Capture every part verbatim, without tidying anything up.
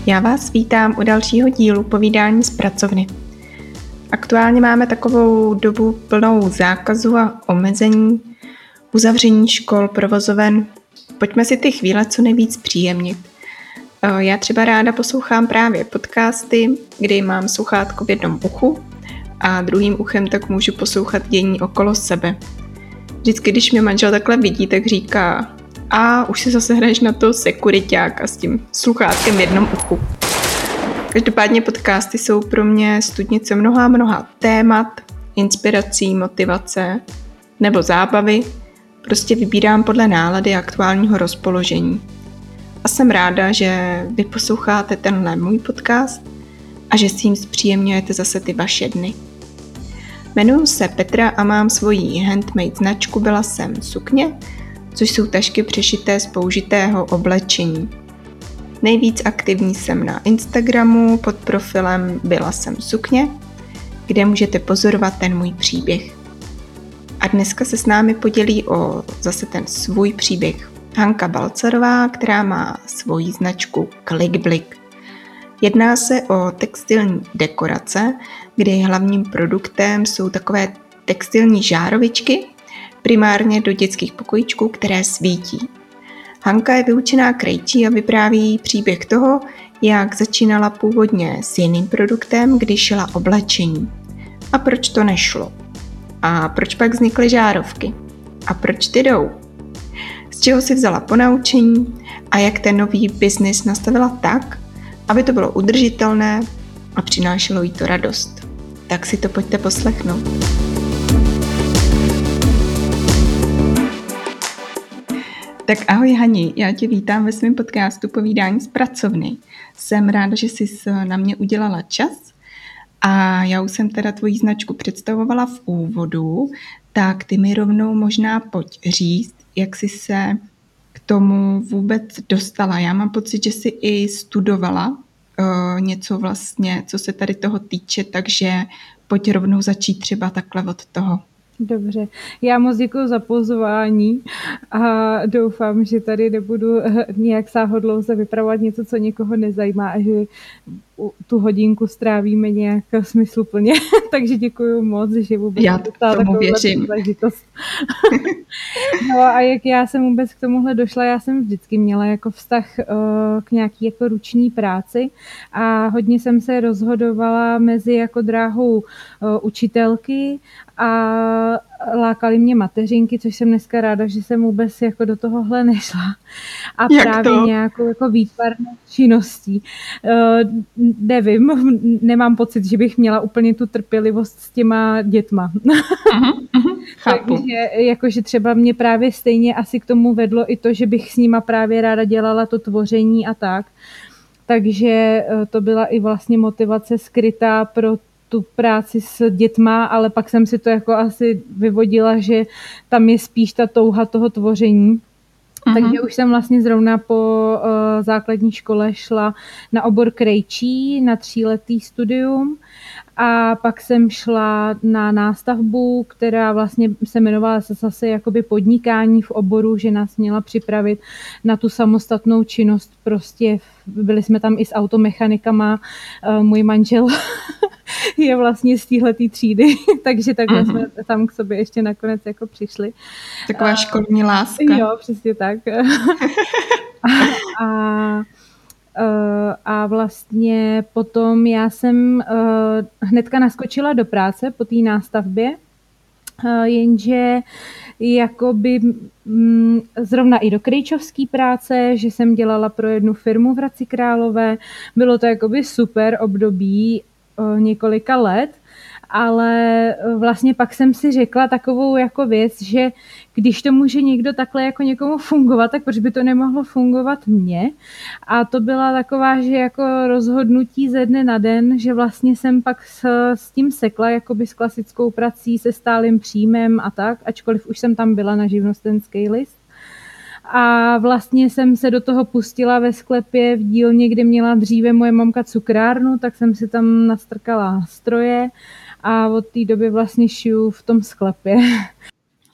Já vás vítám u dalšího dílu povídání z pracovny. Aktuálně máme takovou dobu plnou zákazu a omezení, uzavření škol, provozoven. Pojďme si ty chvíle co nejvíc příjemnit. Já třeba ráda poslouchám právě podcasty, kdy mám sluchátko v jednom uchu a druhým uchem tak můžu poslouchat dění okolo sebe. Vždycky, když mě manžel takhle vidí, tak říká: a už si zase hraješ na to sekuriťáka s tím sluchátkem v jednom uchu. Každopádně podcasty jsou pro mě studnice mnoha mnoha témat, inspirací, motivace nebo zábavy. Prostě vybírám podle nálady a aktuálního rozpoložení. A jsem ráda, že vy posloucháte tenhle můj podcast a že si jim zpříjemňujete zase ty vaše dny. Jmenuji se Petra a mám svoji handmade značku Byla jsem sukně, což jsou tašky přešité z použitého oblečení. Nejvíc aktivní jsem na Instagramu pod profilem Byla jsem sukně, kde můžete pozorovat ten můj příběh. A dneska se s námi podělí o zase ten svůj příběh Hanka Balcarová, která má svoji značku Klikblik. Jedná se o textilní dekorace, kdy hlavním produktem jsou takové textilní žárovičky, primárně do dětských pokojíčků, které svítí. Hanka je vyučená krejčí a vypráví příběh toho, jak začínala původně s jiným produktem, kdy šila oblečení. A proč to nešlo? A proč pak vznikly žárovky? A proč ty jdou? Z čeho si vzala ponaučení a jak ten nový biznis nastavila tak, aby to bylo udržitelné a přinášelo jí to radost. Tak si to pojďte poslechnout. Tak ahoj Hani, já tě vítám ve svém podcastu Povídání z pracovny. Jsem ráda, že jsi na mě udělala čas a já už jsem teda tvoji značku představovala v úvodu, tak ty mi rovnou možná pojď říct, jak jsi se k tomu vůbec dostala. Já mám pocit, že jsi i studovala uh, něco vlastně, co se tady toho týče, takže pojď rovnou začít třeba takhle od toho. Dobře, já moc děkuji za pozvání a doufám, že tady nebudu nějak sáhodlouze vypravovat něco, co někoho nezajímá a že tu hodinku strávíme nějak smysluplně. Takže děkuji moc, že vůbec já dostala takovou záležitost. No a jak já jsem vůbec k tomuhle došla, já jsem vždycky měla jako vztah uh, k nějaký jako ruční práci a hodně jsem se rozhodovala mezi jako dráhou uh, učitelky a lákaly mě mateřinky, což jsem dneska ráda, že jsem vůbec jako do tohohle nešla. A jak právě to? nějakou jako výtvarnou činností. Uh, nevím, nemám pocit, že bych měla úplně tu trpělivost s těma dětma. Uh-huh, uh-huh, chápu. Takže jakože třeba mě právě stejně asi k tomu vedlo i to, že bych s nima právě ráda dělala to tvoření a tak. Takže to byla i vlastně motivace skrytá pro tu práci s dětma, ale pak jsem si to jako asi vyvodila, že tam je spíš ta touha toho tvoření. Uh-huh. Takže už jsem vlastně zrovna po uh, základní škole šla na obor krejčí, na tříletý studium a pak jsem šla na nástavbu, která vlastně se jmenovala zase jakoby podnikání v oboru, že nás měla připravit na tu samostatnou činnost. Prostě byli jsme tam i s automechanikama, uh, můj manžel je vlastně z téhletý třídy, takže takhle uh-huh. jsme tam k sobě ještě nakonec jako přišli. Taková školní láska. Jo, přesně tak. a, a, a vlastně potom já jsem hnedka naskočila do práce po té nástavbě, jenže jakoby m, zrovna i do krejčovské práce, že jsem dělala pro jednu firmu v Hradci Králové. Bylo to jakoby super období několika let, ale vlastně pak jsem si řekla takovou jako věc, že když to může někdo takhle jako někomu fungovat, tak proč by to nemohlo fungovat mně? A to byla taková, že jako rozhodnutí ze dne na den, že vlastně jsem pak s, s tím sekla jakoby s klasickou prací, se stálým příjmem a tak, ačkoliv už jsem tam byla na živnostenský list. A vlastně jsem se do toho pustila ve sklepě v dílně, kde měla dříve moje mamka cukrárnu, tak jsem si tam nastrkala stroje a od té doby vlastně šiju v tom sklepě.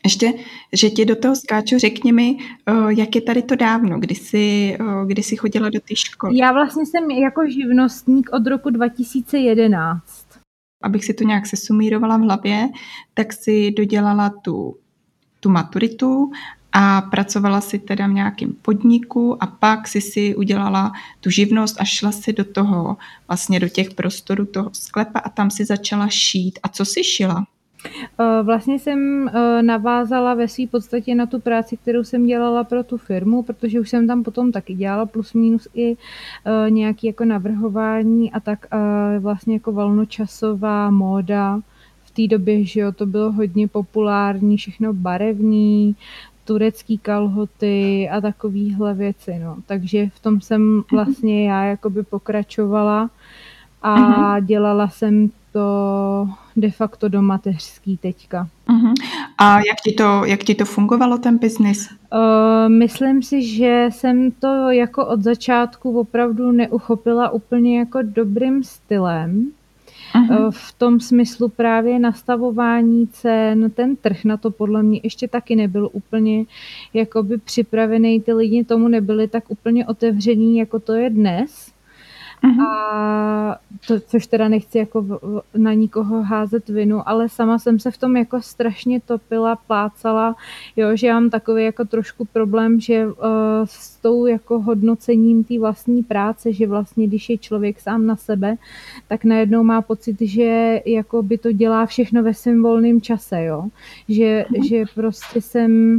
Ještě, že ti do toho skáču, řekni mi, jak je tady to dávno, kdy jsi, kdy jsi chodila do té školy. Já vlastně jsem jako živnostník od roku dva tisíce jedenáct. Abych si to nějak sesumírovala v hlavě, tak si dodělala tu, tu maturitu a pracovala si teda v nějakém podniku a pak si si udělala tu živnost a šla si do toho, vlastně do těch prostorů toho sklepa a tam si začala šít. A co jsi šila? Vlastně jsem navázala ve své podstatě na tu práci, kterou jsem dělala pro tu firmu, protože už jsem tam potom taky dělala plus minus i nějaké jako navrhování a tak vlastně jako volnočasová móda. V té době, že jo, to bylo hodně populární, všechno barevný, turecký kalhoty a takovýhle věci, no. Takže v tom jsem vlastně já jakoby pokračovala a dělala jsem to de facto do mateřský teďka. Uh-huh. A jak ti to, jak ti to fungovalo, ten biznis? Uh, myslím si, že jsem to jako od začátku opravdu neuchopila úplně jako dobrým stylem. Uh-huh. V tom smyslu právě nastavování cen, ten trh na to podle mě ještě taky nebyl úplně jakoby připravený, ty lidi tomu nebyli tak úplně otevřený, jako to je dnes. Uh-huh. A to, což teda nechci jako na nikoho házet vinu, ale sama jsem se v tom jako strašně topila, plácala, jo, že já mám takový jako trošku problém, že uh, s tou jako hodnocením té vlastní práce, že vlastně když je člověk sám na sebe, tak najednou má pocit, že jako by to dělá všechno ve svém volném čase, jo, že, uh-huh. že prostě jsem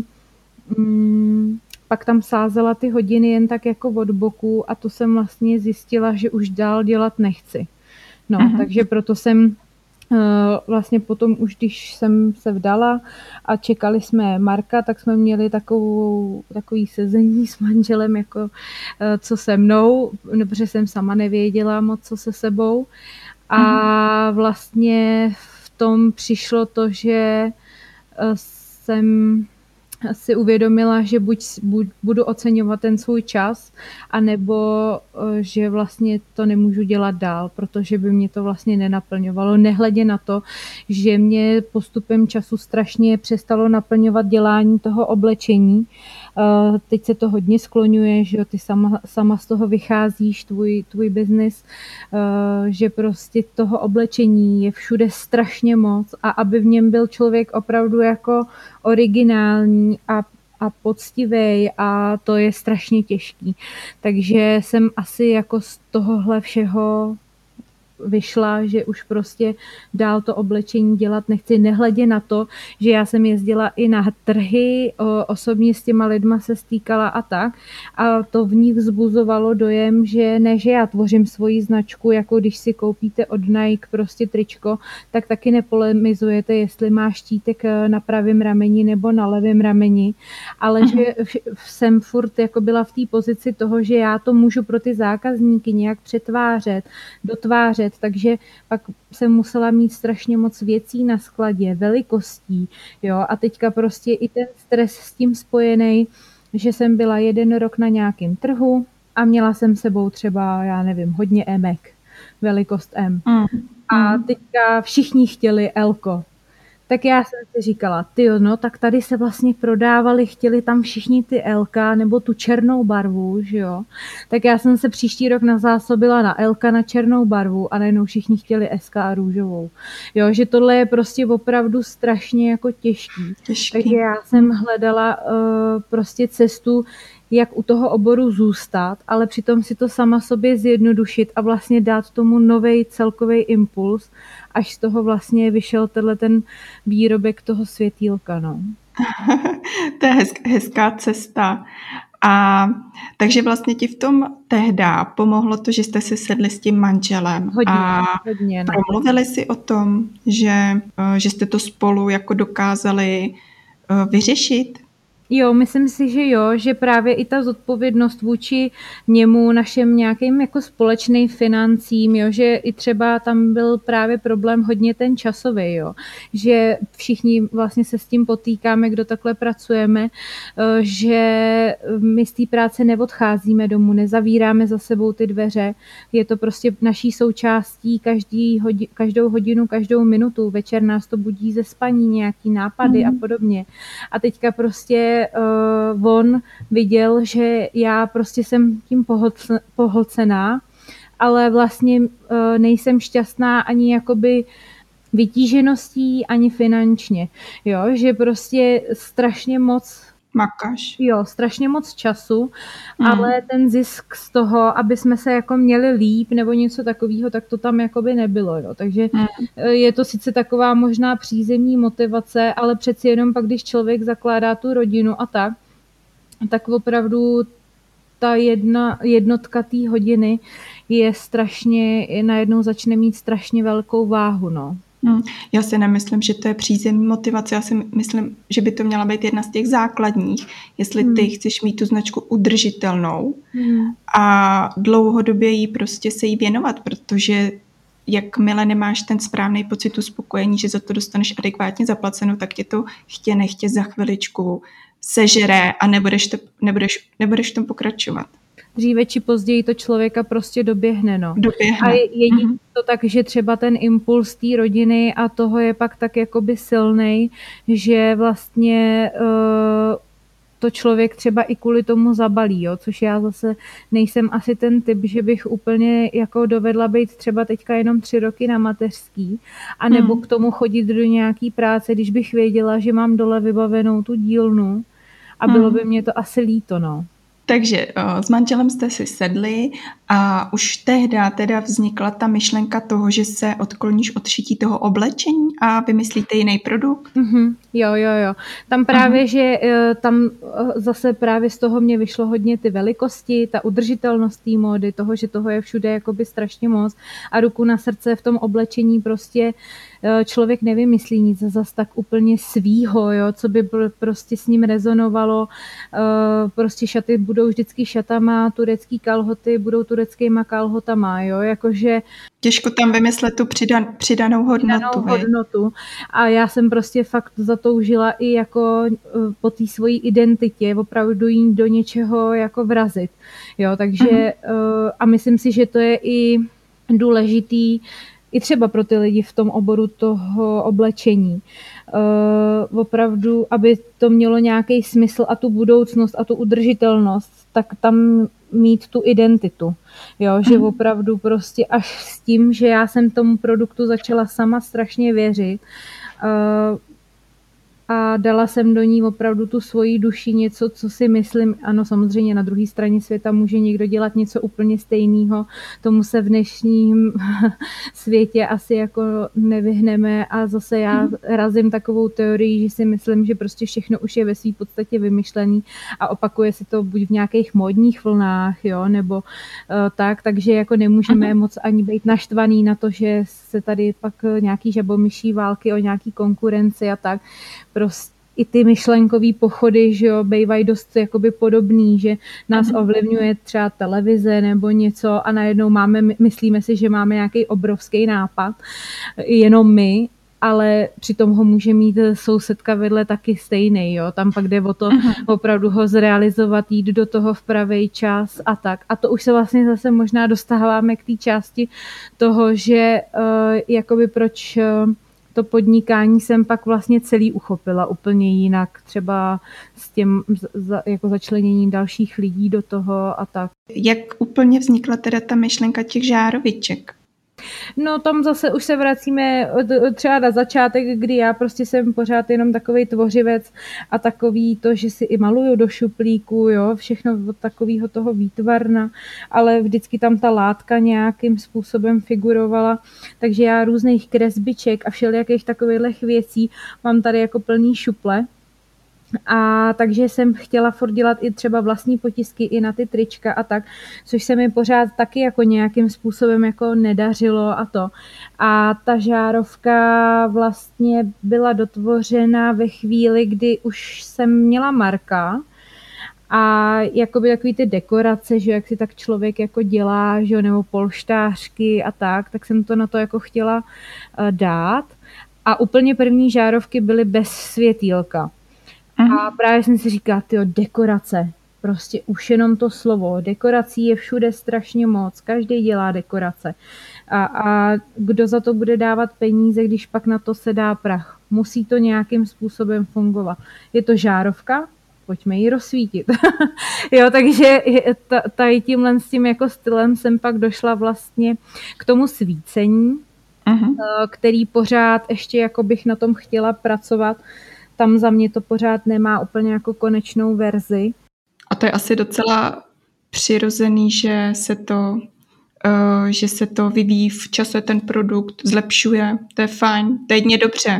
mm, pak tam sázela ty hodiny jen tak jako od boku a to jsem vlastně zjistila, že už dál dělat nechci. No, uh-huh. takže proto jsem uh, vlastně potom už, když jsem se vdala a čekali jsme Marka, tak jsme měli takovou, takový sezení s manželem, jako uh, co se mnou, protože jsem sama nevěděla moc, co se sebou. A uh-huh. vlastně v tom přišlo to, že uh, jsem si uvědomila, že buď, buď budu oceňovat ten svůj čas, anebo že vlastně to nemůžu dělat dál, protože by mě to vlastně nenaplňovalo. Nehledě na to, že mě postupem času strašně přestalo naplňovat dělání toho oblečení. Teď se to hodně skloňuje, že ty sama, sama z toho vycházíš, tvůj, tvůj biznis, že prostě toho oblečení je všude strašně moc a aby v něm byl člověk opravdu jako originální a, a poctivý a to je strašně těžký. Takže jsem asi jako z tohohle všeho vyšla, že už prostě dál to oblečení dělat nechci, nehledě na to, že já jsem jezdila i na trhy, osobně s těma lidma se stýkala a tak a to v nich vzbuzovalo dojem, že ne, že já tvořím svoji značku, jako když si koupíte od Nike prostě tričko, tak taky nepolemizujete, jestli má štítek na pravém rameni nebo na levém rameni, ale uh-huh. že jsem furt jako byla v té pozici toho, že já to můžu pro ty zákazníky nějak přetvářet, dotvářet, takže pak jsem musela mít strašně moc věcí na skladě, velikostí, jo, a teďka prostě i ten stres s tím spojený, že jsem byla jeden rok na nějakém trhu a měla jsem sebou třeba, já nevím, hodně emek, velikost M. Mm. A teďka všichni chtěli elko. Tak já jsem si říkala, tyjo, no, tak tady se vlastně prodávali, chtěli tam všichni ty elka nebo tu černou barvu, že jo. Tak já jsem se příští rok nazásobila na elka na černou barvu a najednou všichni chtěli eska a růžovou. Jo, že tohle je prostě opravdu strašně jako těžký. těžký. Takže já jsem hledala uh, prostě cestu, jak u toho oboru zůstat, ale přitom si to sama sobě zjednodušit a vlastně dát tomu novej celkový impuls, až z toho vlastně vyšel tenhle ten výrobek toho světýlka. No. To je hezk, hezká cesta. A takže vlastně ti v tom tehda pomohlo to, že jste si sedli s tím manželem hodně, a hodně, no. promluvili si o tom, že, že jste to spolu jako dokázali vyřešit? Jo, myslím si, že jo, že právě i ta zodpovědnost vůči němu, našem nějakým jako společným financím, jo, že i třeba tam byl právě problém hodně ten časový, jo, že všichni vlastně se s tím potýkáme, kdo takhle pracujeme, že my z té práce neodcházíme domů, nezavíráme za sebou ty dveře, je to prostě naší součástí každý hodi, každou hodinu, každou minutu, večer nás to budí ze spaní, nějaký nápady mm. a podobně. A teďka prostě Uh, on viděl, že já prostě jsem tím pohlc- pohlcená, ale vlastně uh, nejsem šťastná ani jakoby vytížeností, ani finančně. Jo, že prostě strašně moc makáš. Jo, strašně moc času, mm. ale ten zisk z toho, aby jsme se jako měli líp nebo něco takového, tak to tam jakoby nebylo. Jo. Takže mm. je to sice taková možná přízemní motivace, ale přeci jenom pak, když člověk zakládá tu rodinu a tak, tak opravdu ta jedna jednotka té hodiny je strašně, najednou začne mít strašně velkou váhu, no. Hmm. Já si nemyslím, že to je přízemní motivace, já si myslím, že by to měla být jedna z těch základních, jestli hmm. ty chceš mít tu značku udržitelnou hmm. a dlouhodobě jí prostě se jí věnovat, protože jakmile nemáš ten správný pocit uspokojení, že za to dostaneš adekvátně zaplaceno, tak tě to chtě nechtě za chviličku sežere a nebudeš, to, nebudeš, nebudeš v tom pokračovat. Dříve či později to člověka prostě doběhne. No. doběhne. A jedině mm-hmm. to tak, že třeba ten impuls té rodiny a toho je pak tak jakoby silnej, že vlastně uh, to člověk třeba i kvůli tomu zabalí, jo? Což já zase nejsem asi ten typ, že bych úplně jako dovedla být třeba teďka jenom tři roky na mateřský a nebo mm. k tomu chodit do nějaký práce, když bych věděla, že mám dole vybavenou tu dílnu a bylo mm. by mě to asi líto, no. Takže o, s manželem jste si sedli a už tehdy teda vznikla ta myšlenka toho, že se odkloníš od šití toho oblečení a vymyslíte jiný produkt? Mm-hmm. Jo, jo, jo. Tam právě, uh-huh. že tam zase právě z toho mě vyšlo hodně ty velikosti, ta udržitelnost té módy, toho, že toho je všude jakoby strašně moc a ruku na srdce v tom oblečení prostě člověk nevymyslí nic zas tak úplně svýho, jo, co by prostě s ním rezonovalo. Prostě šaty budou vždycky šatama, turecký kalhoty budou tureckýma kalhotama, jo, jakože těžko tam vymyslet tu přidan, přidanou hodnotu. Přidanou hodnotu. A já jsem prostě fakt zatoužila i jako po té svojí identitě opravdu jít do něčeho jako vrazit. Jo, takže uh-huh. a myslím si, že to je i důležitý i třeba pro ty lidi v tom oboru toho oblečení. Uh, opravdu, aby to mělo nějaký smysl a tu budoucnost a tu udržitelnost, tak tam mít tu identitu. Jo, že opravdu prostě až s tím, že já jsem tomu produktu začala sama strašně věřit uh, a dala jsem do ní opravdu tu svoji duši, něco, co si myslím, ano, samozřejmě na druhé straně světa může někdo dělat něco úplně stejného, tomu se v dnešním světě asi jako nevyhneme a zase já razím takovou teorii, že si myslím, že prostě všechno už je ve své podstatě vymyšlený a opakuje se to buď v nějakých módních vlnách, jo, nebo uh, tak, takže jako nemůžeme moc ani být naštvaný na to, že se tady pak nějaký žabomyší války o nějaký konkurenci a tak. Prostě i ty myšlenkový pochody, že jo, bývají dost jakoby podobný, že nás ovlivňuje třeba televize nebo něco a najednou máme, myslíme si, že máme nějaký obrovský nápad, jenom my, ale přitom ho může mít sousedka vedle taky stejný, jo. Tam pak jde o to opravdu ho zrealizovat, jít do toho v pravý čas a tak. A to už se vlastně zase možná dostáváme k té části toho, že uh, jakoby proč uh, to podnikání jsem pak vlastně celý uchopila úplně jinak, třeba s tím za, jako začleněním dalších lidí do toho a tak. Jak úplně vznikla teda ta myšlenka těch žároviček? No tam zase už se vracíme třeba na začátek, kdy já prostě jsem pořád jenom takovej tvořivec a takový to, že si i maluju do šuplíku, jo, všechno od takového toho výtvarna, ale vždycky tam ta látka nějakým způsobem figurovala, takže já různých kresbiček a všelijakých takových věcí mám tady jako plný šuple. A takže jsem chtěla furt dělat i třeba vlastní potisky i na ty trička a tak, což se mi pořád taky jako nějakým způsobem jako nedařilo a to. A ta žárovka vlastně byla dotvořena ve chvíli, kdy už jsem měla Marka a jakoby takový ty dekorace, že jak si tak člověk jako dělá, že nebo polštářky a tak, tak jsem to na to jako chtěla dát. A úplně první žárovky byly bez světýlka. Mm. A právě jsem si říkala, tyjo, dekorace, prostě už jenom to slovo, dekorací je všude strašně moc, každý dělá dekorace. A, a kdo za to bude dávat peníze, když pak na to se dá prach? Musí to nějakým způsobem fungovat. Je to žárovka, pojďme ji rozsvítit. Jo, takže tady tímhle s tím jako stylem jsem pak došla vlastně k tomu svícení, uh-huh. který pořád ještě jako bych na tom chtěla pracovat. Tam za mě to pořád nemá úplně jako konečnou verzi. A to je asi docela přirozený, že se to, uh, že se to vyvíjí v čase, ten produkt zlepšuje. To je fajn, to je jedně dobře.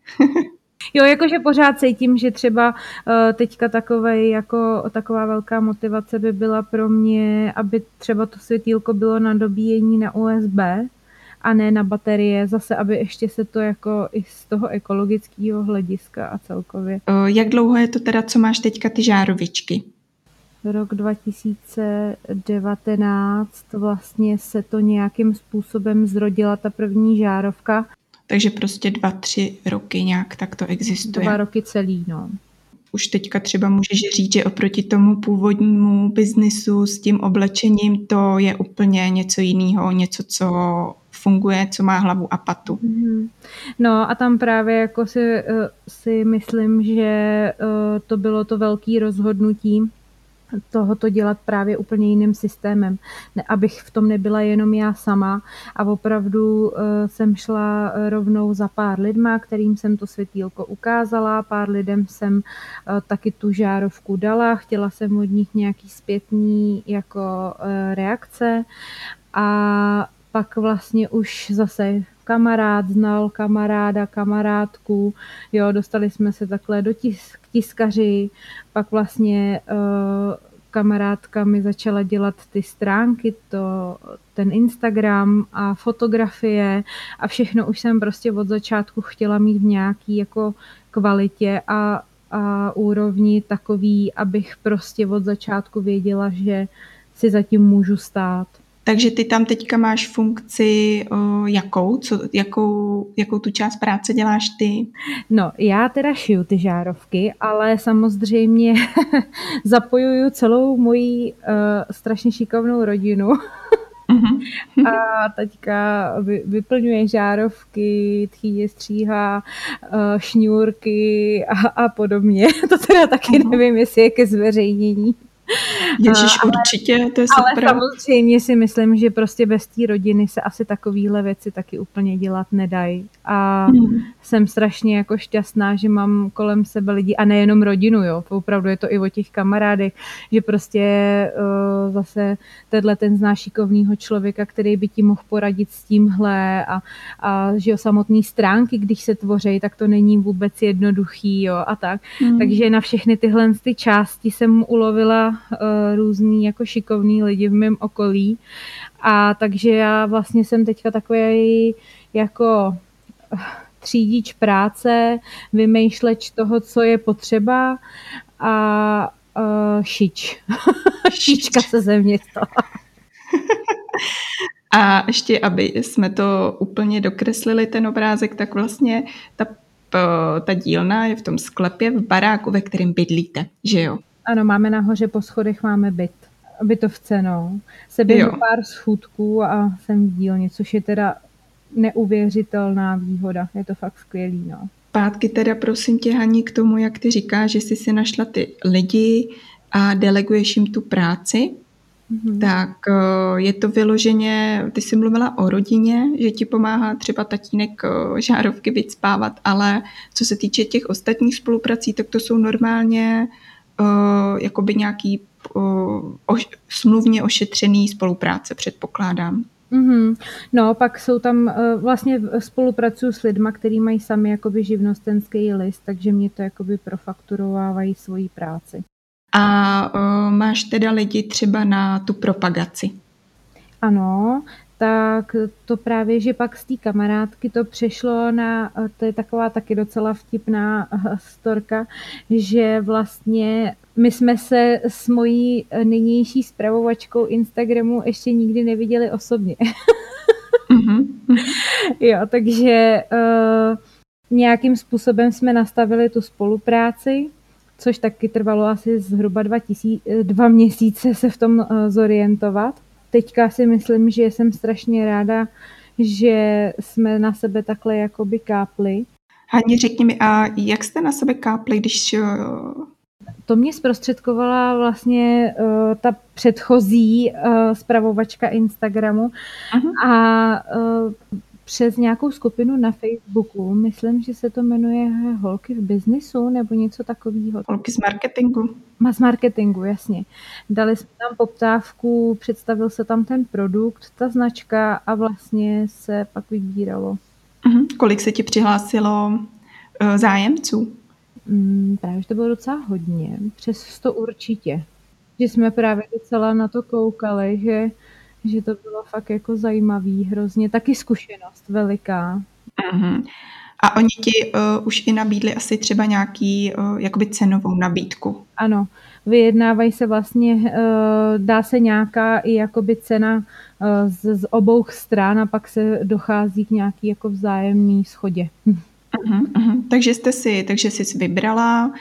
Jo, jakože pořád cítím, že třeba uh, teďka takovej, jako, taková velká motivace by byla pro mě, aby třeba to světýlko bylo na dobíjení na U S B, a ne na baterie, zase, aby ještě se to jako i z toho ekologického hlediska a celkově. Jak dlouho je to teda, co máš teďka ty žárovičky? Rok dva tisíce devatenáct vlastně se to nějakým způsobem zrodila ta první žárovka. Takže prostě dva, tři roky nějak tak to existuje. Dva roky celý, no. Už teďka třeba můžeš říct, že oproti tomu původnímu biznisu s tím oblečením to je úplně něco jiného, něco, co funguje, co má hlavu a patu. No a tam právě jako si, si myslím, že to bylo to velké rozhodnutí tohoto dělat právě úplně jiným systémem, ne, abych v tom nebyla jenom já sama a opravdu uh, jsem šla rovnou za pár lidma, kterým jsem to světýlko ukázala, pár lidem jsem uh, taky tu žárovku dala, chtěla jsem od nich nějaký zpětný jako uh, reakce a pak vlastně už zase kamarád znal kamaráda, kamarádku, jo, dostali jsme se takhle do tisk, k tiskaři, pak vlastně uh, kamarádka mi začala dělat ty stránky, to, ten Instagram a fotografie a všechno už jsem prostě od začátku chtěla mít v nějaký jako kvalitě a, a úrovni takový, abych prostě od začátku věděla, že si zatím můžu stát. Takže ty tam teďka máš funkci o, jakou? Co, jakou? Jakou tu část práce děláš ty? No, já teda šiju ty žárovky, ale samozřejmě zapojuju celou moji uh, strašně šikovnou rodinu. Uh-huh. A taťka vy, vyplňuje žárovky, tchýně stříhá uh, šňůrky a, a podobně. To teda taky uh-huh. nevím, jestli je ke zveřejnění. Ježiš, ale, určitě, to je super. Ale samozřejmě si myslím, že prostě bez té rodiny se asi takovýhle věci taky úplně dělat nedají. A hmm. jsem strašně jako šťastná, že mám kolem sebe lidi, a nejenom rodinu, jo, opravdu je to i o těch kamarádech, že prostě uh, zase tenhle ten zná šikovnýho člověka, který by ti mohl poradit s tímhle a, a že jo, samotný stránky, když se tvoří, tak to není vůbec jednoduchý, jo, a tak. Hmm. Takže na všechny tyhle ty části jsem ulovila uh, různý jako šikovný lidi v mém okolí a takže já vlastně jsem teďka takový jako třídič práce, vymýšleč toho, co je potřeba a uh, šič. Šička se ze mě stala. A ještě, aby jsme to úplně dokreslili, ten obrázek, tak vlastně ta, ta dílna je v tom sklepě, v baráku, ve kterém bydlíte, že jo? Ano, máme nahoře po schodech, máme byt. Bytovce, no. Se běhnu pár schůdků a jsem v dílně, což je teda neuvěřitelná výhoda. Je to fakt skvělý, no. Pátky teda prosím tě, Hani, k tomu, jak ty říkáš, že jsi si našla ty lidi a deleguješ jim tu práci, mm-hmm. tak je to vyloženě, ty jsi mluvila o rodině, že ti pomáhá třeba tatínek žárovky vycpávat, ale co se týče těch ostatních spoluprací, tak to jsou normálně uh, jakoby nějaký uh, oš, smluvně ošetřený spolupráce, předpokládám. Mm-hmm. No, pak jsou tam, uh, vlastně spolupracuju s lidma, kteří mají sami jakoby živnostenský list, takže mě to jakoby profakturovávají svoji práci. A uh, máš teda lidi třeba na tu propagaci? Ano, tak to právě, že pak z té kamarádky to přešlo na, to je taková taky docela vtipná storka, že vlastně my jsme se s mojí nynější spravovačkou Instagramu ještě nikdy neviděli osobně. Mm-hmm. Jo, takže uh, nějakým způsobem jsme nastavili tu spolupráci, což taky trvalo asi zhruba dva, tisíc, dva měsíce se v tom uh, zorientovat. Teďka si myslím, že jsem strašně ráda, že jsme na sebe takhle jakoby kápli. Hani, řekni mi, a jak jste na sebe kápli, když... To mě zprostředkovala vlastně uh, ta předchozí uh, spravovačka Instagramu. Uh-huh. A uh, přes nějakou skupinu na Facebooku, myslím, že se to jmenuje Holky v biznisu nebo něco takového. Holky z marketingu. Z marketingu, jasně. Dali jsme tam poptávku, představil se tam ten produkt, ta značka a vlastně se pak vybíralo. Uh-huh. Kolik se ti přihlásilo uh, zájemců? Mm, právě, že to bylo docela hodně, přes sto určitě. Že jsme právě docela na to koukali, že, že to bylo fakt jako zajímavý, hrozně, taky zkušenost veliká. Uh-huh. A oni ti uh, už i nabídli asi třeba nějaký uh, jakoby cenovou nabídku. Ano, vyjednávají se vlastně, uh, dá se nějaká i jakoby cena uh, z, z obou stran a pak se dochází k nějaký jako vzájemný shodě. Uh-huh, uh-huh. Takže jste si, takže jsi vybrala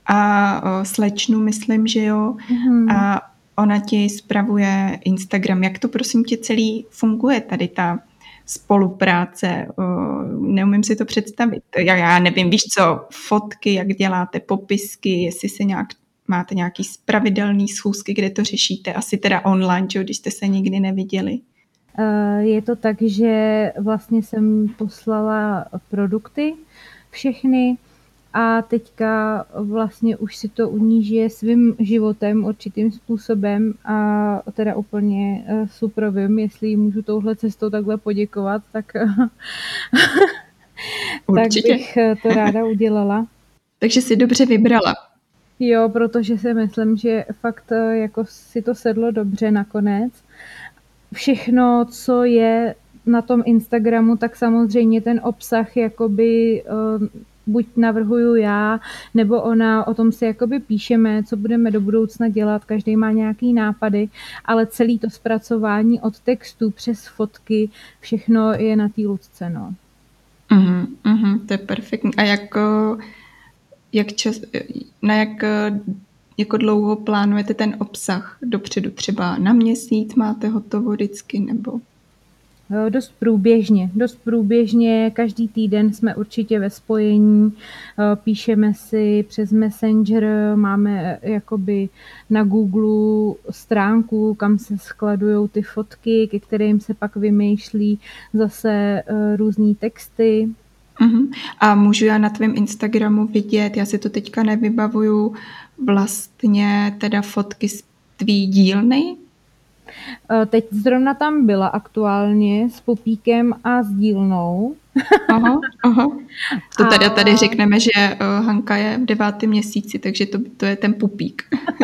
a uh, slečnu, myslím, že jo, uh-huh. A ona ti spravuje Instagram. Jak to prosím tě celý funguje tady ta spolupráce? Uh, neumím si to představit. Já, já nevím, víš co, fotky, jak děláte popisky, jestli se nějak, máte nějaký pravidelný schůzky, kde to řešíte, asi teda online, čo, když jste se nikdy neviděli. Je to tak, že vlastně jsem poslala produkty všechny a teďka vlastně už si to u ní žije svým životem určitým způsobem a teda úplně suprovím, jestli můžu touhle cestou takhle poděkovat, tak, tak bych to ráda udělala. Takže jsi dobře vybrala. Jo, protože si myslím, že fakt jako si to sedlo dobře nakonec. Všechno, co je na tom Instagramu, tak samozřejmě ten obsah jakoby uh, buď navrhuju já, nebo ona, o tom si jakoby píšeme, co budeme do budoucna dělat, každý má nějaký nápady, ale celý to zpracování od textu přes fotky, všechno je na té Lucce, no. Uh-huh, uh-huh, to je perfektní. A jak, jak čas, na jak jako dlouho plánujete ten obsah dopředu? Třeba na měsíc máte hotovo vždycky, nebo? Dost průběžně. Dost průběžně. Každý týden jsme určitě ve spojení. Píšeme si přes Messenger, máme jakoby na Google stránku, kam se skladujou ty fotky, ke kterým se pak vymýšlí zase různý texty. Uh-huh. A můžu já na tvém Instagramu vidět, já si to teďka nevybavuju, vlastně teda fotky z tvý dílny? Teď zrovna tam byla aktuálně s Pupíkem a s dílnou. Aha, aha. To tady, a... tady řekneme, že Hanka je v devátém měsíci, takže to, to je ten Pupík.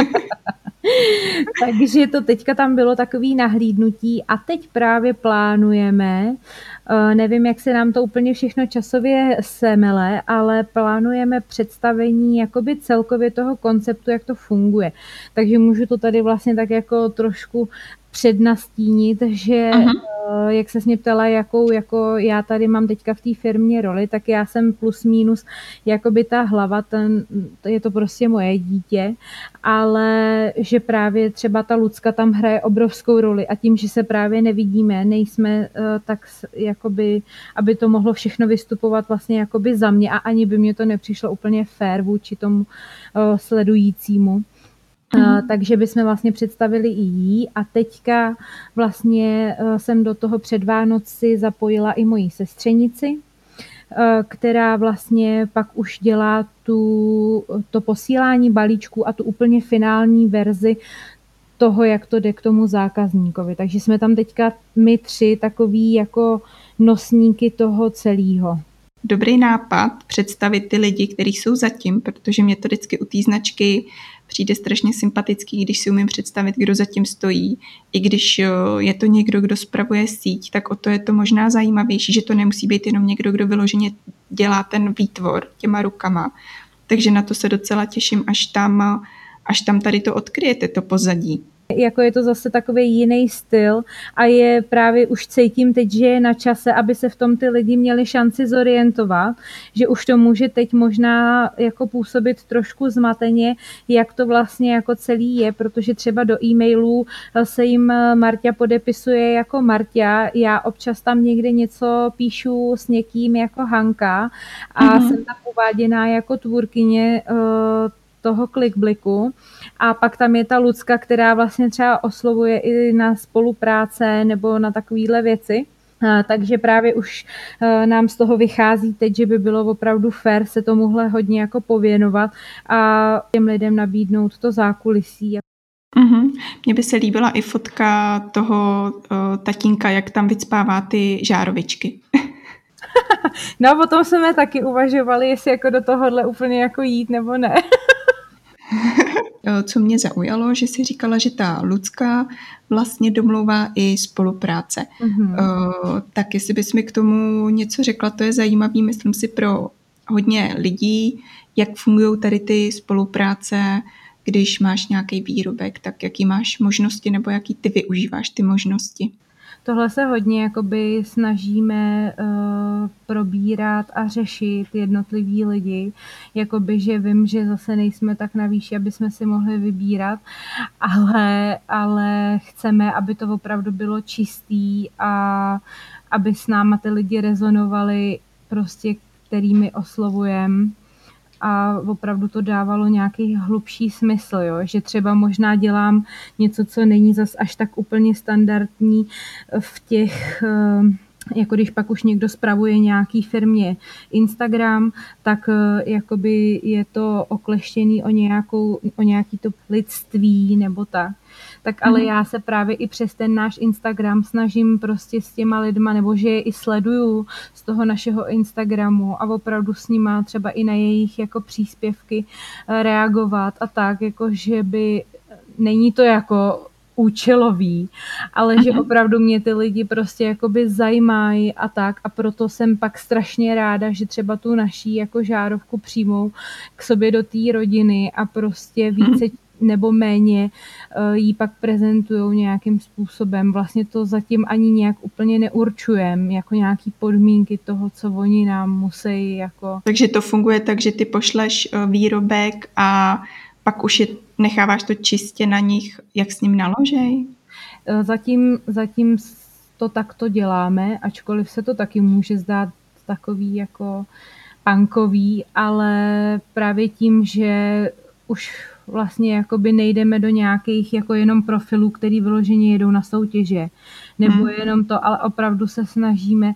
Takže to teďka tam bylo takový nahlídnutí a teď právě plánujeme, nevím, jak se nám to úplně všechno časově semele, ale plánujeme představení jakoby celkově toho konceptu, jak to funguje. Takže můžu to tady vlastně tak jako trošku přednastínit, že uh-huh. jak se mě ptala, jakou jako já tady mám teďka v té firmě roli, tak já jsem plus minus jakoby ta hlava, ten, je to prostě moje dítě, ale že právě třeba ta Lucka tam hraje obrovskou roli a tím, že se právě nevidíme, nejsme tak jakoby, aby to mohlo všechno vystupovat vlastně jakoby za mě a ani by mě to nepřišlo úplně fair vůči tomu sledujícímu. Mm-hmm. Uh, takže bychom vlastně představili i jí a teďka vlastně uh, jsem do toho před Vánoci zapojila i moji sestřenici, uh, která vlastně pak už dělá tu, to posílání balíčku a tu úplně finální verzi toho, jak to jde k tomu zákazníkovi. Takže jsme tam teďka my tři takový jako nosníky toho celého. Dobrý nápad představit ty lidi, kteří jsou zatím, protože mě to vždycky u té značky přijde strašně sympatický, když si umím představit, kdo zatím stojí. I když je to někdo, kdo spravuje síť, tak o to je to možná zajímavější, že to nemusí být jenom někdo, kdo vyloženě dělá ten výtvor těma rukama. Takže na to se docela těším, až tam, až tam tady to odkryjete, to pozadí. Jako je to zase takový jiný styl a je právě už cítím teď, že je na čase, aby se v tom ty lidi měli šanci zorientovat, že už to může teď možná jako působit trošku zmateně, jak to vlastně jako celý je, protože třeba do e-mailů se jim Marťa podepisuje jako Marťa, já občas tam někde něco píšu s někým jako Hanka a mm-hmm. jsem tam uváděná jako tvůrkyně toho Clickbliku a pak tam je ta Lucka, která vlastně třeba oslovuje i na spolupráce nebo na takovéhle věci. Takže právě už nám z toho vychází teď, že by bylo opravdu fér se tomuhle hodně jako pověnovat a těm lidem nabídnout to zákulisí. Mm-hmm. Mně by se líbila i fotka toho uh, tatínka, jak tam vycpává ty žárovičky. No a potom jsme taky uvažovali, jestli jako do tohohle úplně jako jít nebo ne. Co mě zaujalo, že si říkala, že ta Lucka vlastně domlouvá i spolupráce. Mm-hmm. Uh, tak jestli bys mi k tomu něco řekla, to je zajímavý, myslím si, pro hodně lidí, jak fungují tady ty spolupráce, když máš nějaký výrobek, tak jaký máš možnosti nebo jaký ty využíváš ty možnosti. Tohle se hodně jakoby snažíme uh, probírat a řešit jednotlivý lidi, jakoby, že vím, že zase nejsme tak na výši, aby jsme si mohli vybírat, ale, ale chceme, aby to opravdu bylo čistý a aby s náma ty lidi rezonovali prostě, kterými oslovujeme. A opravdu to dávalo nějaký hlubší smysl, jo? Že třeba možná dělám něco, co není zas až tak úplně standardní v těch, jako když pak už někdo spravuje nějaký firmě Instagram, tak jakoby je to okleštěný o, nějakou, o nějaký to lidství nebo tak. Tak ale já se právě i přes ten náš Instagram snažím prostě s těma lidma, nebo že je i sleduju z toho našeho Instagramu a opravdu s nima třeba i na jejich jako příspěvky reagovat a tak, jako že by, není to jako účelový, ale že opravdu mě ty lidi prostě jakoby zajímají a tak a proto jsem pak strašně ráda, že třeba tu naší jako žárovku přijmou k sobě do té rodiny a prostě více nebo méně jí pak prezentujou nějakým způsobem. Vlastně to zatím ani nějak úplně neurčujeme, jako nějaký podmínky toho, co oni nám musí jako... Takže to funguje tak, že ty pošleš výrobek a pak už je, necháváš to čistě na nich, jak s ním naložej? Zatím, zatím to takto děláme, ačkoliv se to taky může zdát takový jako punkový, ale právě tím, že už vlastně jakoby nejdeme do nějakých jako jenom profilů, který vyloženě jedou na soutěže, nebo hmm. jenom to, ale opravdu se snažíme,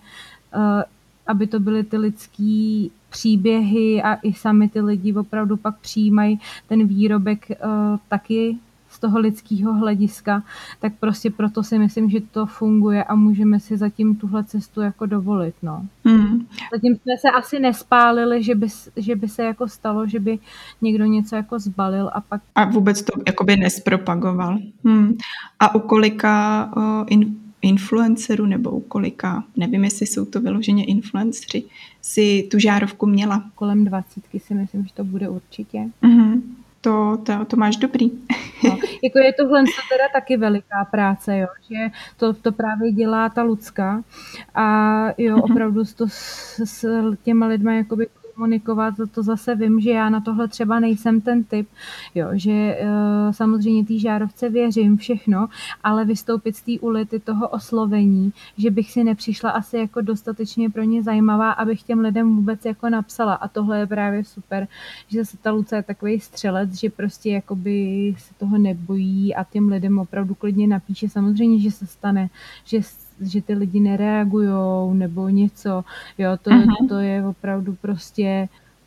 aby to byly ty lidský příběhy a i sami ty lidi opravdu pak přijímají ten výrobek taky z toho lidského hlediska, tak prostě proto si myslím, že to funguje a můžeme si zatím tuhle cestu jako dovolit, no. Hmm. Zatím jsme se asi nespálili, že by, že by se jako stalo, že by někdo něco jako zbalil a pak... A vůbec to jakoby nespropagoval. Hmm. A u kolika uh, in, influencerů nebo u kolika, nevím, jestli jsou to vyloženě influenceri, si tu žárovku měla? Kolem dvacítky si myslím, že to bude určitě. Hmm. To, to, to máš dobrý. No, jako je tohle teda taky veliká práce, jo, že to, to právě dělá ta Lucka a jo, opravdu to s, s těma lidma jakoby komunikovat, to, to zase vím, že já na tohle třeba nejsem ten typ, jo, že uh, samozřejmě té žárovce věřím všechno, ale vystoupit z té ulity toho oslovení, že bych si nepřišla asi jako dostatečně pro ně zajímavá, abych těm lidem vůbec jako napsala a tohle je právě super, že zase ta Luce je takový střelec, že prostě jakoby se toho nebojí a těm lidem opravdu klidně napíše, samozřejmě, že se stane, že že ty lidi nereagujou nebo něco, jo, to, uh-huh. to je opravdu prostě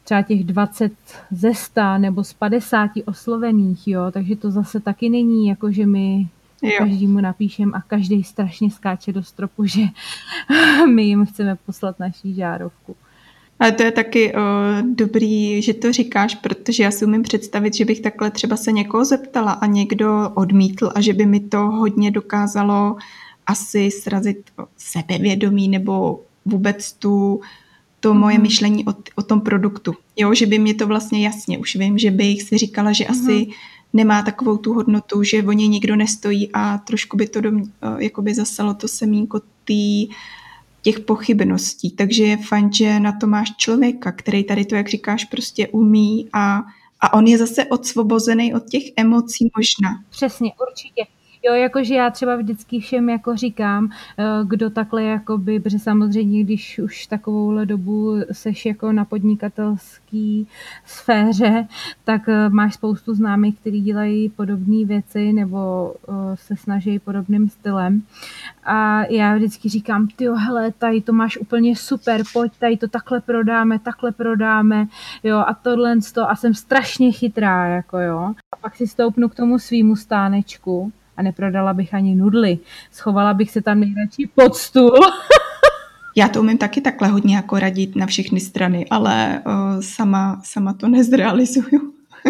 třeba těch dvacet ze sta nebo z padesáti oslovených, jo, takže to zase taky není jako, že my každému napíšem a každý strašně skáče do stropu, že my jim chceme poslat naší žárovku. Ale to je taky o, dobrý, že to říkáš, protože já si umím představit, že bych takhle třeba se někoho zeptala a někdo odmítl a že by mi to hodně dokázalo asi srazit sebevědomí nebo vůbec tu, to moje mm. myšlení o, o tom produktu. Jo, že by mě to vlastně jasně, už vím, že bych si říkala, že mm. asi nemá takovou tu hodnotu, že o něj nikdo nestojí a trošku by to do mě, jakoby zasalo to semínko tý, těch pochybností. Takže je fajn, že na to máš člověka, který tady to, jak říkáš, prostě umí a, a on je zase odsvobozený od těch emocí možná. Přesně, určitě. Jo, jakože já třeba vždycky všem jako říkám, kdo takhle jakoby, protože samozřejmě, když už takovouhle dobu seš jako na podnikatelský sféře, tak máš spoustu známých, kteří dělají podobné věci nebo se snaží podobným stylem. A já vždycky říkám, tyjo, hele, tady to máš úplně super, pojď, tady to takhle prodáme, takhle prodáme, jo, a tohle a jsem strašně chytrá, jako jo. A pak si stoupnu k tomu svýmu stánečku a neprodala bych ani nudly. Schovala bych se tam nejradši pod stůl. Já to umím taky takhle hodně jako radit na všechny strany, ale uh, sama, sama to nezrealizuju.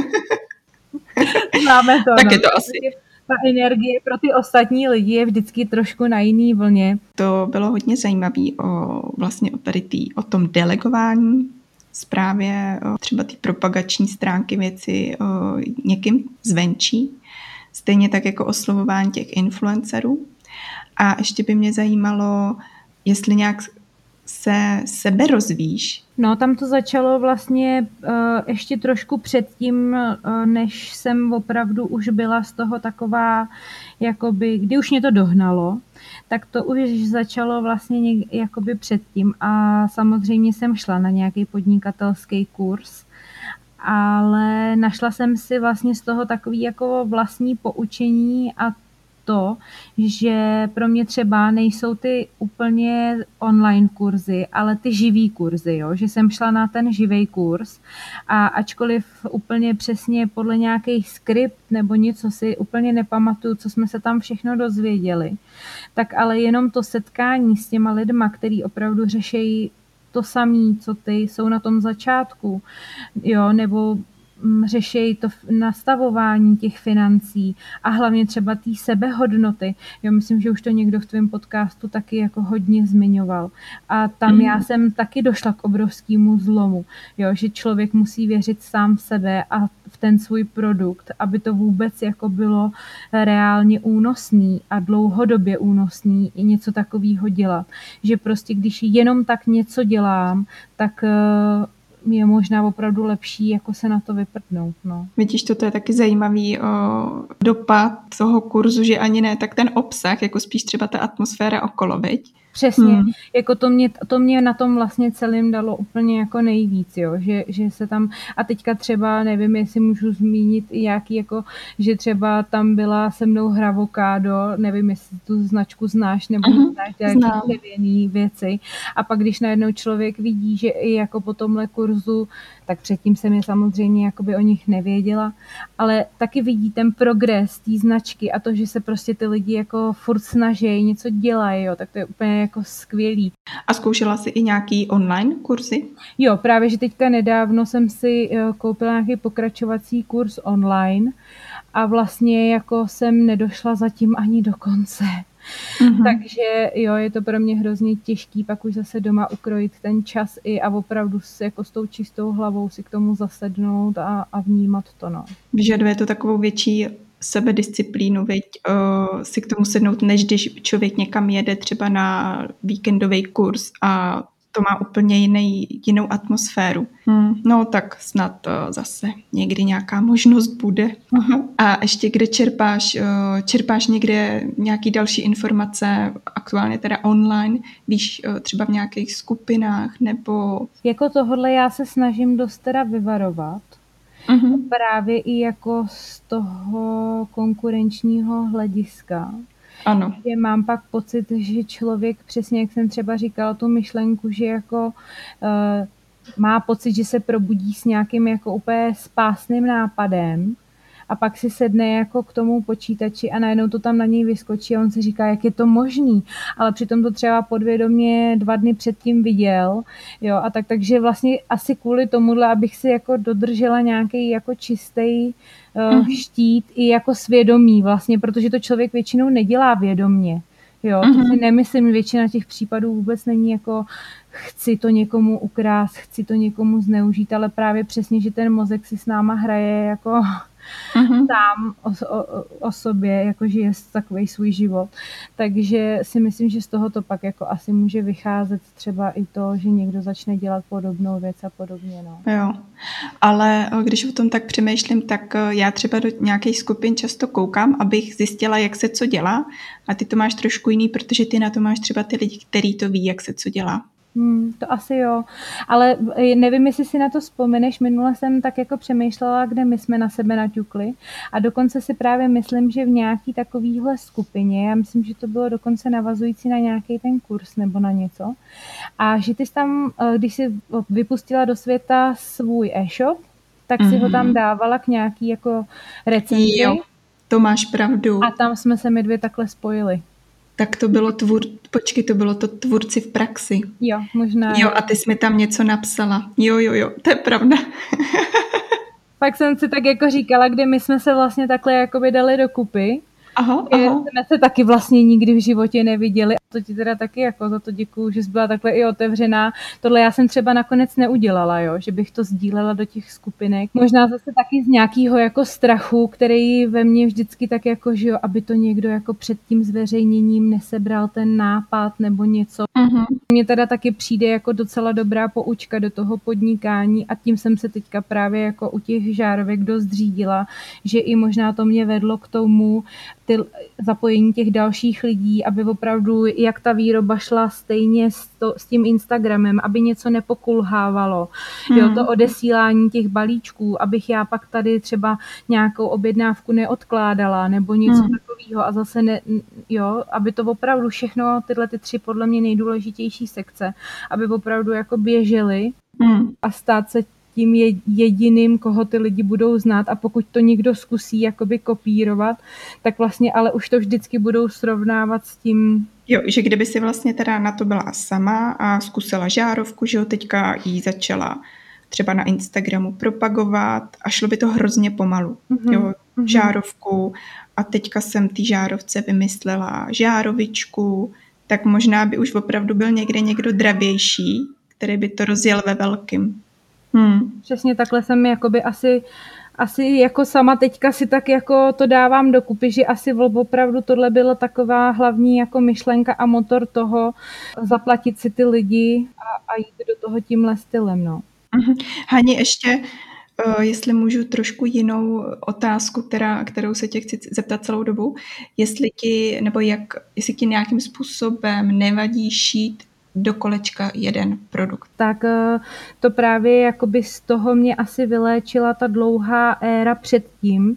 Známe to. Tak no. je to asi. Ta energie pro ty ostatní lidi je vždycky trošku na jiný vlně. To bylo hodně zajímavé o, vlastně o, tady tý, o tom delegování zprávě, o třeba ty propagační stránky věci o, někým zvenčí. Stejně tak jako oslovování těch influencerů. A ještě by mě zajímalo, jestli nějak se sebe rozvíjíš. No, tam to začalo vlastně uh, ještě trošku předtím, uh, než jsem opravdu už byla z toho taková, jakoby, kdy už mě to dohnalo, tak to už začalo vlastně něk, jakoby předtím. A samozřejmě jsem šla na nějaký podnikatelský kurz, ale našla jsem si vlastně z toho takový jako vlastní poučení a to, že pro mě třeba nejsou ty úplně online kurzy, ale ty živý kurzy, jo? Že jsem šla na ten živý kurz a ačkoliv úplně přesně podle nějakých skript nebo něco si úplně nepamatuju, co jsme se tam všechno dozvěděli, tak ale jenom to setkání s těma lidma, který opravdu řeší to samé, co ty, jsou na tom začátku, jo, nebo řešejí to nastavování těch financí a hlavně třeba té sebehodnoty. Jo, myslím, že už to někdo v tvém podcastu taky jako hodně zmiňoval. A tam mm. já jsem taky došla k obrovskému zlomu, jo, že člověk musí věřit sám v sebe a v ten svůj produkt, aby to vůbec jako bylo reálně únosný a dlouhodobě únosný i něco takového dělat. Že prostě když jenom tak něco dělám, tak je možná opravdu lepší jako se na to vyprdnout. No. Vidíš, to je taky zajímavý o, dopad toho kurzu, že ani ne tak ten obsah, jako spíš třeba ta atmosféra okolo, viď? Přesně, hmm. jako to mě, to mě na tom vlastně celým dalo úplně jako nejvíc, jo, že, že se tam, a teďka třeba, nevím, jestli můžu zmínit i jaký, jako, že třeba tam byla se mnou Hravokádo, nevím, jestli tu značku znáš, nebo uh-huh. znáš nějaké dřevěný věci, a pak když najednou člověk vidí, že i jako po tomhle kurzu, tak předtím jsem je samozřejmě jakoby o nich nevěděla, ale taky vidí ten progres té značky a to, že se prostě ty lidi jako furt snaží, něco dělají, jo, tak to je úplně jako skvělý. A zkoušela jsi i nějaký online kurzy? Jo, právě, že teďka nedávno jsem si koupila nějaký pokračovací kurz online a vlastně jako jsem nedošla zatím ani do konce. Mm-hmm. Takže jo, je to pro mě hrozně těžký pak už zase doma ukrojit ten čas i a opravdu s, jako s tou čistou hlavou si k tomu zasednout a, a vnímat to, no. Vyžaduje to takovou větší sebedisciplínu, veď uh, si k tomu sednout, než když člověk někam jede třeba na víkendový kurz a to má úplně jiný, jinou atmosféru. Hmm. No tak snad uh, zase někdy nějaká možnost bude. Uh-huh. A ještě kde čerpáš? Uh, čerpáš někde nějaký další informace, aktuálně teda online, víš, uh, třeba v nějakých skupinách nebo... Jako tohle já se snažím dost teda vyvarovat. Uh-huh. Právě i jako z toho konkurenčního hlediska. Ano. Že mám pak pocit, že člověk, přesně jak jsem třeba říkala tu myšlenku, že jako uh, má pocit, že se probudí s nějakým jako úplně spásným nápadem a pak si sedne jako k tomu počítači a najednou to tam na něj vyskočí a on si říká, jak je to možný, ale přitom to třeba podvědomě dva dny předtím viděl, jo, a tak, takže vlastně asi kvůli tomuhle, abych si jako dodržela nějaký jako čistý uh, štít i jako svědomí vlastně, protože to člověk většinou nedělá vědomně. Jo, to si nemyslím, většina těch případů vůbec není jako chci to někomu ukrást, chci to někomu zneužít, ale právě přesně, že ten mozek si s náma hraje jako uh-huh. sám o, o, o sobě, jako žije takový svůj život. Takže si myslím, že z toho to pak jako asi může vycházet třeba i to, že někdo začne dělat podobnou věc a podobně. No. Jo, ale když o tom tak přemýšlím, tak já třeba do nějakých skupin často koukám, abych zjistila, jak se co dělá, a ty to máš trošku jiný, protože ty na to máš třeba ty lidi, který to ví, jak se co dělá. Hmm, to asi jo, ale nevím, jestli si na to vzpomeneš, minule jsem tak jako přemýšlela, kde my jsme na sebe naťukli a dokonce si právě myslím, že v nějaký takovýhle skupině, já myslím, že to bylo dokonce navazující na nějaký ten kurz nebo na něco, a že ty jsi tam, když jsi vypustila do světa svůj e-shop, tak si mm-hmm. ho tam dávala k nějaký jako recenzi. Jo, to máš pravdu. A tam jsme se my dvě takhle spojili. Tak to bylo tvůr... Počkej, to bylo to tvůrci v praxi. Jo, možná. Jo, a ty jsi mi tam něco napsala. Jo, jo, jo, to je pravda. Pak jsem si tak jako říkala, kde my jsme se vlastně takhle jakoby dali dokupy. Aha, aha. Jsme se taky vlastně nikdy v životě neviděli. A to ti teda taky jako za to děkuju, že jsi byla takhle i otevřená. Tohle já jsem třeba nakonec neudělala, jo, že bych to sdílela do těch skupinek. Možná zase taky z nějakého jako strachu, který ve mně vždycky tak jako, že jo, aby to někdo jako před tím zveřejněním nesebral ten nápad nebo něco. Uh-huh. Mně teda taky přijde jako docela dobrá poučka do toho podnikání a tím jsem se teďka právě jako u těch žárovek dost řídila, že i možná to mě vedlo k tomu, ty zapojení těch dalších lidí, aby opravdu, jak ta výroba šla stejně s, to, s tím Instagramem, aby něco nepokulhávalo. Hmm. Jo, to odesílání těch balíčků, abych já pak tady třeba nějakou objednávku neodkládala nebo něco hmm. takového a zase ne, jo, aby to opravdu všechno, tyhle ty tři podle mě nejdůležitější sekce, aby opravdu jako běžely hmm. a stát se tím jediným, koho ty lidi budou znát a pokud to někdo zkusí jakoby kopírovat, tak vlastně ale už to vždycky budou srovnávat s tím. Jo, že kdyby si vlastně teda na to byla sama a zkusila žárovku, že jo, teďka jí začala třeba na Instagramu propagovat a šlo by to hrozně pomalu, mm-hmm. jo, žárovku a teďka jsem té žárovce vymyslela žárovičku, tak možná by už opravdu byl někde někdo dravější, který by to rozjel ve velkým. Hmm. Přesně takhle jsem jakoby asi, asi jako sama teďka si tak jako to dávám dokupy, že asi opravdu tohle byla taková hlavní jako myšlenka a motor toho zaplatit si ty lidi a, a jít do toho tímhle stylem. No. Hani, ještě jestli můžu trošku jinou otázku, která, kterou se tě chci zeptat celou dobu, jestli ti, nebo jak, jestli ti nějakým způsobem nevadí šít do kolečka jeden produkt. Tak to právě jakoby z toho mě asi vyléčila ta dlouhá éra předtím,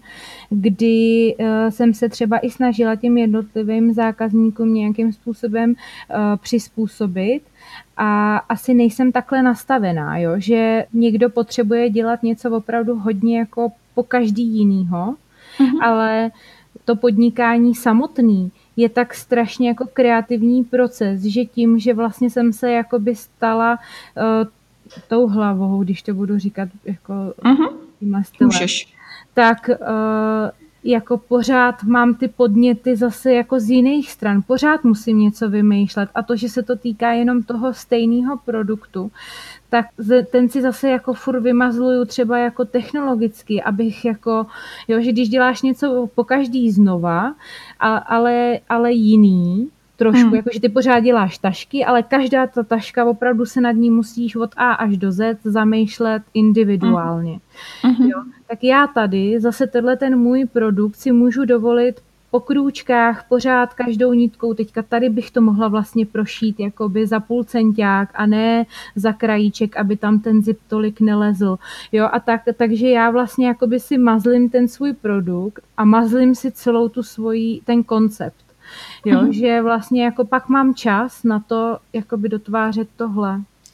kdy jsem se třeba i snažila těm jednotlivým zákazníkům nějakým způsobem přizpůsobit a asi nejsem takhle nastavená, jo? Že někdo potřebuje dělat něco opravdu hodně jako po každý jinýho, mm-hmm. ale to podnikání samotný je tak strašně jako kreativní proces, že tím, že vlastně jsem se jakoby stala uh, tou hlavou, když to budu říkat jako uh-huh. tímhle stylem, tak uh, jako pořád mám ty podněty zase jako z jiných stran, pořád musím něco vymýšlet a to, že se to týká jenom toho stejného produktu, tak ten si zase jako furt vymazluju třeba jako technologicky, abych jako, jo, že když děláš něco po každý znova, a, ale, ale jiný, trošku, hmm. jako že ty pořád děláš tašky, ale každá ta taška opravdu se nad ní musíš od A až do Z zamýšlet individuálně. Hmm. Jo? Tak já tady zase tenhle ten můj produkt si můžu dovolit po krůčkách, pořád každou nitkou, teďka tady bych to mohla vlastně prošít jakoby za půl centiák a ne za krajíček, aby tam ten zip tolik nelezl. Jo, a tak, takže já vlastně jakoby si mazlím ten svůj produkt a mazlím si celou tu svoji, ten koncept. Jo, mm-hmm. že vlastně jako pak mám čas na to jakoby dotvářet tohle.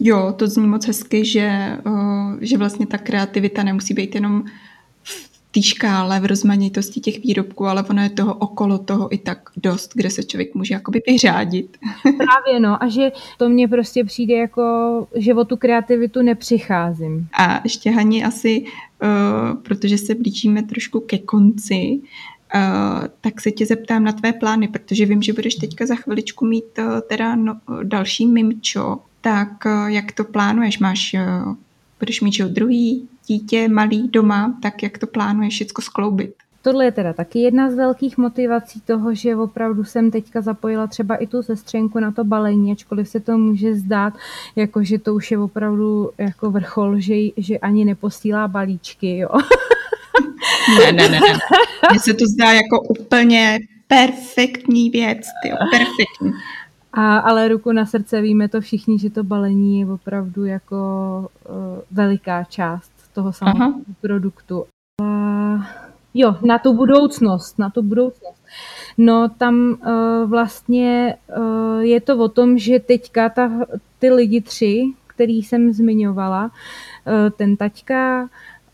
Jo, to zní moc hezky, že, uh, že vlastně ta kreativita nemusí být jenom v té škále, v rozmanitosti těch výrobků, ale ono je toho okolo toho i tak dost, kde se člověk může jakoby vyřádit. Právě no, a že to mně prostě přijde jako, že o tu kreativitu nepřicházím. A ještě Hani asi, uh, protože se blížíme trošku ke konci, Uh, tak se tě zeptám na tvé plány, protože vím, že budeš teďka za chviličku mít uh, teda no, další mimčo, tak uh, jak to plánuješ? Máš, uh, budeš mít že druhý dítě, malý doma, tak jak to plánuješ všecko skloubit? Tohle je teda taky jedna z velkých motivací toho, že opravdu jsem teďka zapojila třeba i tu sestřenku na to balení, ačkoliv se to může zdát, jako že to už je opravdu jako vrchol, že, že ani neposílá balíčky, jo. Ne, ne, ne, ne. Mně se to zdá jako úplně perfektní věc, tyjo, perfektní. A, ale ruku na srdce víme to všichni, že to balení je opravdu jako uh, veliká část toho samotného produktu. A, jo, na tu budoucnost, na tu budoucnost. No tam uh, vlastně uh, je to o tom, že teďka ta, ty lidi tři, který jsem zmiňovala, uh, ten taťka,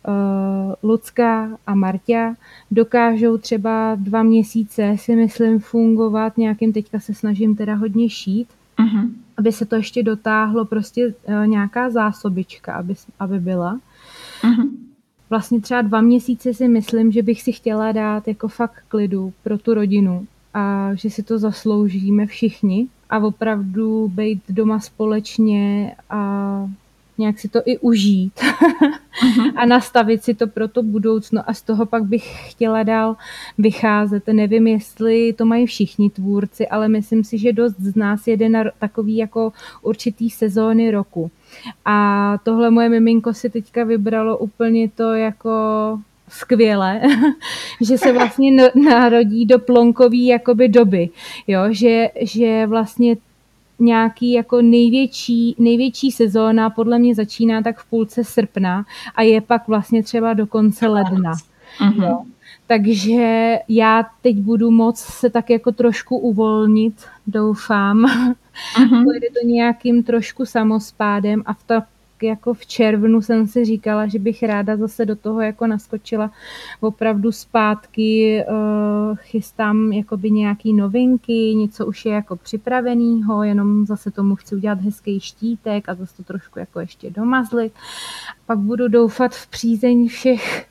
Lucka a Marťa dokážou třeba dva měsíce, si myslím, fungovat nějakým, teďka se snažím teda hodně šít, uh-huh. aby se to ještě dotáhlo, prostě nějaká zásobička, aby, aby byla. Uh-huh. Vlastně třeba dva měsíce si myslím, že bych si chtěla dát jako fakt klidu pro tu rodinu a že si to zasloužíme všichni a opravdu být doma společně a nějak si to i užít uh-huh. a nastavit si to pro to budoucno a z toho pak bych chtěla dál vycházet. Nevím, jestli to mají všichni tvůrci, ale myslím si, že dost z nás jede na takový jako určitý sezóny roku. A tohle moje miminko si teďka vybralo úplně to jako skvěle, že se vlastně narodí do plonkový jakoby doby, jo? Že, že vlastně nějaký jako největší, největší sezóna podle mě začíná tak v půlce srpna a je pak vlastně třeba do konce ledna. Uh-huh. Jo. Takže já teď budu moc se tak jako trošku uvolnit, doufám. Uh-huh. Pojede to nějakým trošku samospádem a v tak jako v červnu jsem si říkala, že bych ráda zase do toho jako naskočila opravdu zpátky, uh, chystám jakoby nějaký novinky, něco už je jako připravenýho, jenom zase tomu chci udělat hezký štítek a zase to trošku jako ještě domazlit. Pak budu doufat v přízeň všech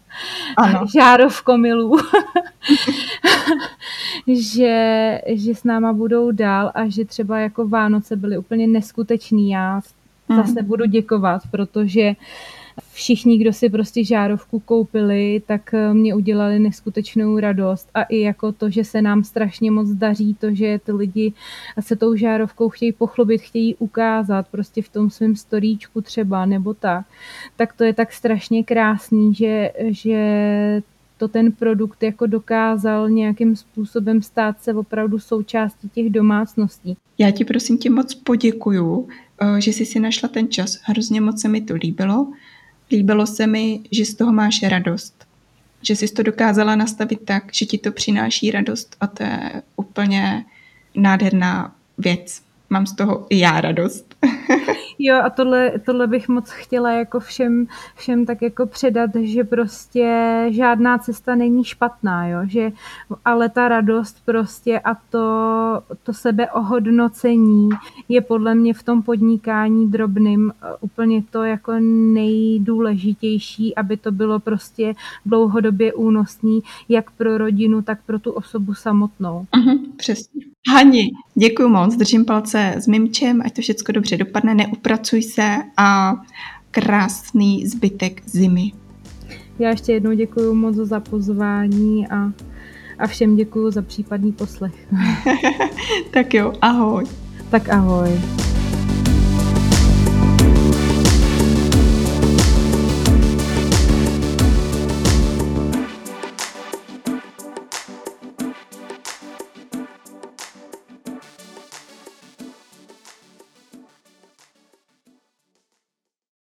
žárovkomilů, že, že s náma budou dál a že třeba jako Vánoce byly úplně neskutečný. Já zase budu děkovat, protože všichni, kdo si prostě žárovku koupili, tak mě udělali neskutečnou radost a i jako to, že se nám strašně moc daří, to, že ty lidi se tou žárovkou chtějí pochlubit, chtějí ukázat prostě v tom svém storíčku třeba nebo tak, tak to je tak strašně krásný, že, že to ten produkt jako dokázal nějakým způsobem stát se opravdu součástí těch domácností. Já ti prosím tě moc poděkuju, že jsi si našla ten čas. Hrozně moc se mi to líbilo. Líbilo se mi, že z toho máš radost. Že jsi to dokázala nastavit tak, že ti to přináší radost a to je úplně nádherná věc. Mám z toho i já radost. Jo, a tohle, tohle bych moc chtěla jako všem, všem tak jako předat, že prostě žádná cesta není špatná, jo, že, ale ta radost prostě a to, to sebeohodnocení je podle mě v tom podnikání drobným úplně to jako nejdůležitější, aby to bylo prostě dlouhodobě únosný, jak pro rodinu, tak pro tu osobu samotnou. Uh-huh, přesně. Hani, děkuju moc, držím palce s mimčem, ať to všechno dobře dopadne, neupracuj se a krásný zbytek zimy. Já ještě jednou děkuju moc za pozvání a, a všem děkuju za případný poslech. Tak jo, ahoj. Tak ahoj.